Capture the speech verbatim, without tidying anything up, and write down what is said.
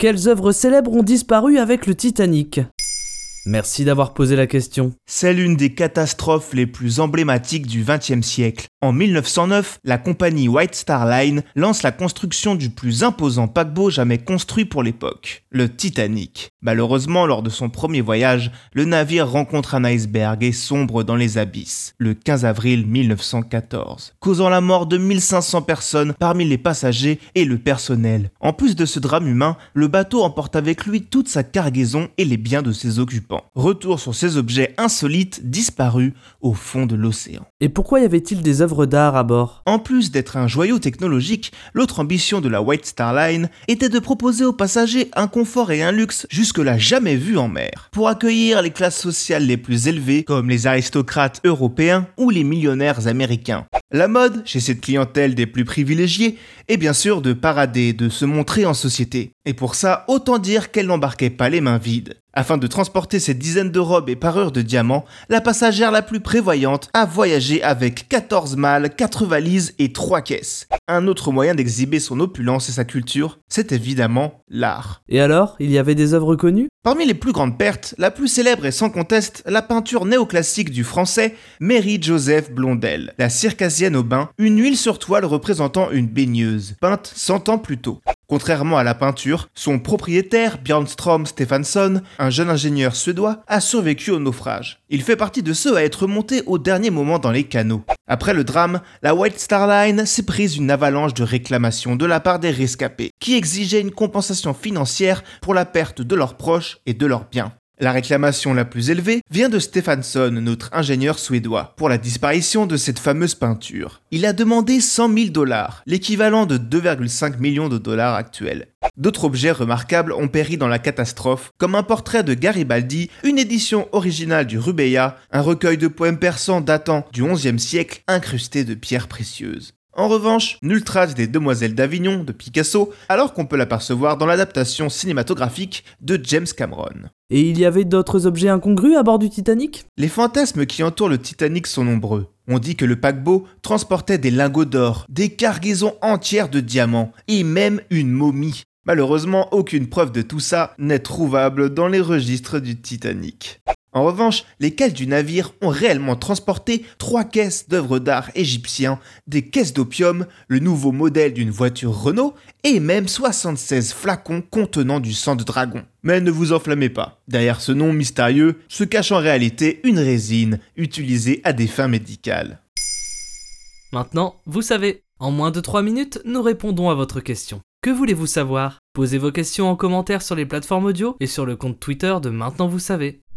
Quelles œuvres célèbres ont disparu avec le Titanic ? Merci d'avoir posé la question. C'est l'une des catastrophes les plus emblématiques du vingtième siècle. En mille neuf cent neuf, la compagnie White Star Line lance la construction du plus imposant paquebot jamais construit pour l'époque, le Titanic. Malheureusement, lors de son premier voyage, le navire rencontre un iceberg et sombre dans les abysses, le quinze avril mille neuf cent quatorze, causant la mort de mille cinq cents personnes parmi les passagers et le personnel. En plus de ce drame humain, le bateau emporte avec lui toute sa cargaison et les biens de ses occupants. Retour sur ces objets insolites disparus au fond de l'océan. Et pourquoi y avait-il des œuvres d'art à bord ? En plus d'être un joyau technologique, l'autre ambition de la White Star Line était de proposer aux passagers un confort et un luxe jusque-là jamais vus en mer, pour accueillir les classes sociales les plus élevées comme les aristocrates européens ou les millionnaires américains. La mode, chez cette clientèle des plus privilégiés, est bien sûr de parader, de se montrer en société. Et pour ça, autant dire qu'elle n'embarquait pas les mains vides. Afin de transporter ces dizaines de robes et parures de diamants, la passagère la plus prévoyante a voyagé avec quatorze malles, quatre valises et trois caisses. Un autre moyen d'exhiber son opulence et sa culture, c'est évidemment l'art. Et alors, il y avait des œuvres connues ? Parmi les plus grandes pertes, la plus célèbre est sans conteste la peinture néoclassique du français Mary-Joseph Blondel, la circassienne au bain, une huile sur toile représentant une baigneuse, peinte cent ans plus tôt. Contrairement à la peinture, son propriétaire, Björnstrom Stefansson, un jeune ingénieur suédois, a survécu au naufrage. Il fait partie de ceux à être montés au dernier moment dans les canaux. Après le drame, la White Star Line s'est prise une avalanche de réclamations de la part des rescapés, qui exigeaient une compensation financière pour la perte de leurs proches et de leurs biens. La réclamation la plus élevée vient de Stefansson, notre ingénieur suédois, pour la disparition de cette fameuse peinture. Il a demandé cent mille dollars, l'équivalent de deux virgule cinq millions de dollars actuels. D'autres objets remarquables ont péri dans la catastrophe, comme un portrait de Garibaldi, une édition originale du Rubéiat, un recueil de poèmes persans datant du onzième siècle incrusté de pierres précieuses. En revanche, nulle trace des Demoiselles d'Avignon de Picasso, alors qu'on peut l'apercevoir dans l'adaptation cinématographique de James Cameron. Et il y avait d'autres objets incongrus à bord du Titanic ? Les fantasmes qui entourent le Titanic sont nombreux. On dit que le paquebot transportait des lingots d'or, des cargaisons entières de diamants, et même une momie. Malheureusement, aucune preuve de tout ça n'est trouvable dans les registres du Titanic. En revanche, les cales du navire ont réellement transporté trois caisses d'œuvres d'art égyptiens, des caisses d'opium, le nouveau modèle d'une voiture Renault et même soixante-seize flacons contenant du sang de dragon. Mais ne vous enflammez pas, derrière ce nom mystérieux se cache en réalité une résine utilisée à des fins médicales. Maintenant, vous savez, en moins de trois minutes, nous répondons à votre question. Que voulez-vous savoir ? Posez vos questions en commentaire sur les plateformes audio et sur le compte Twitter de Maintenant Vous Savez.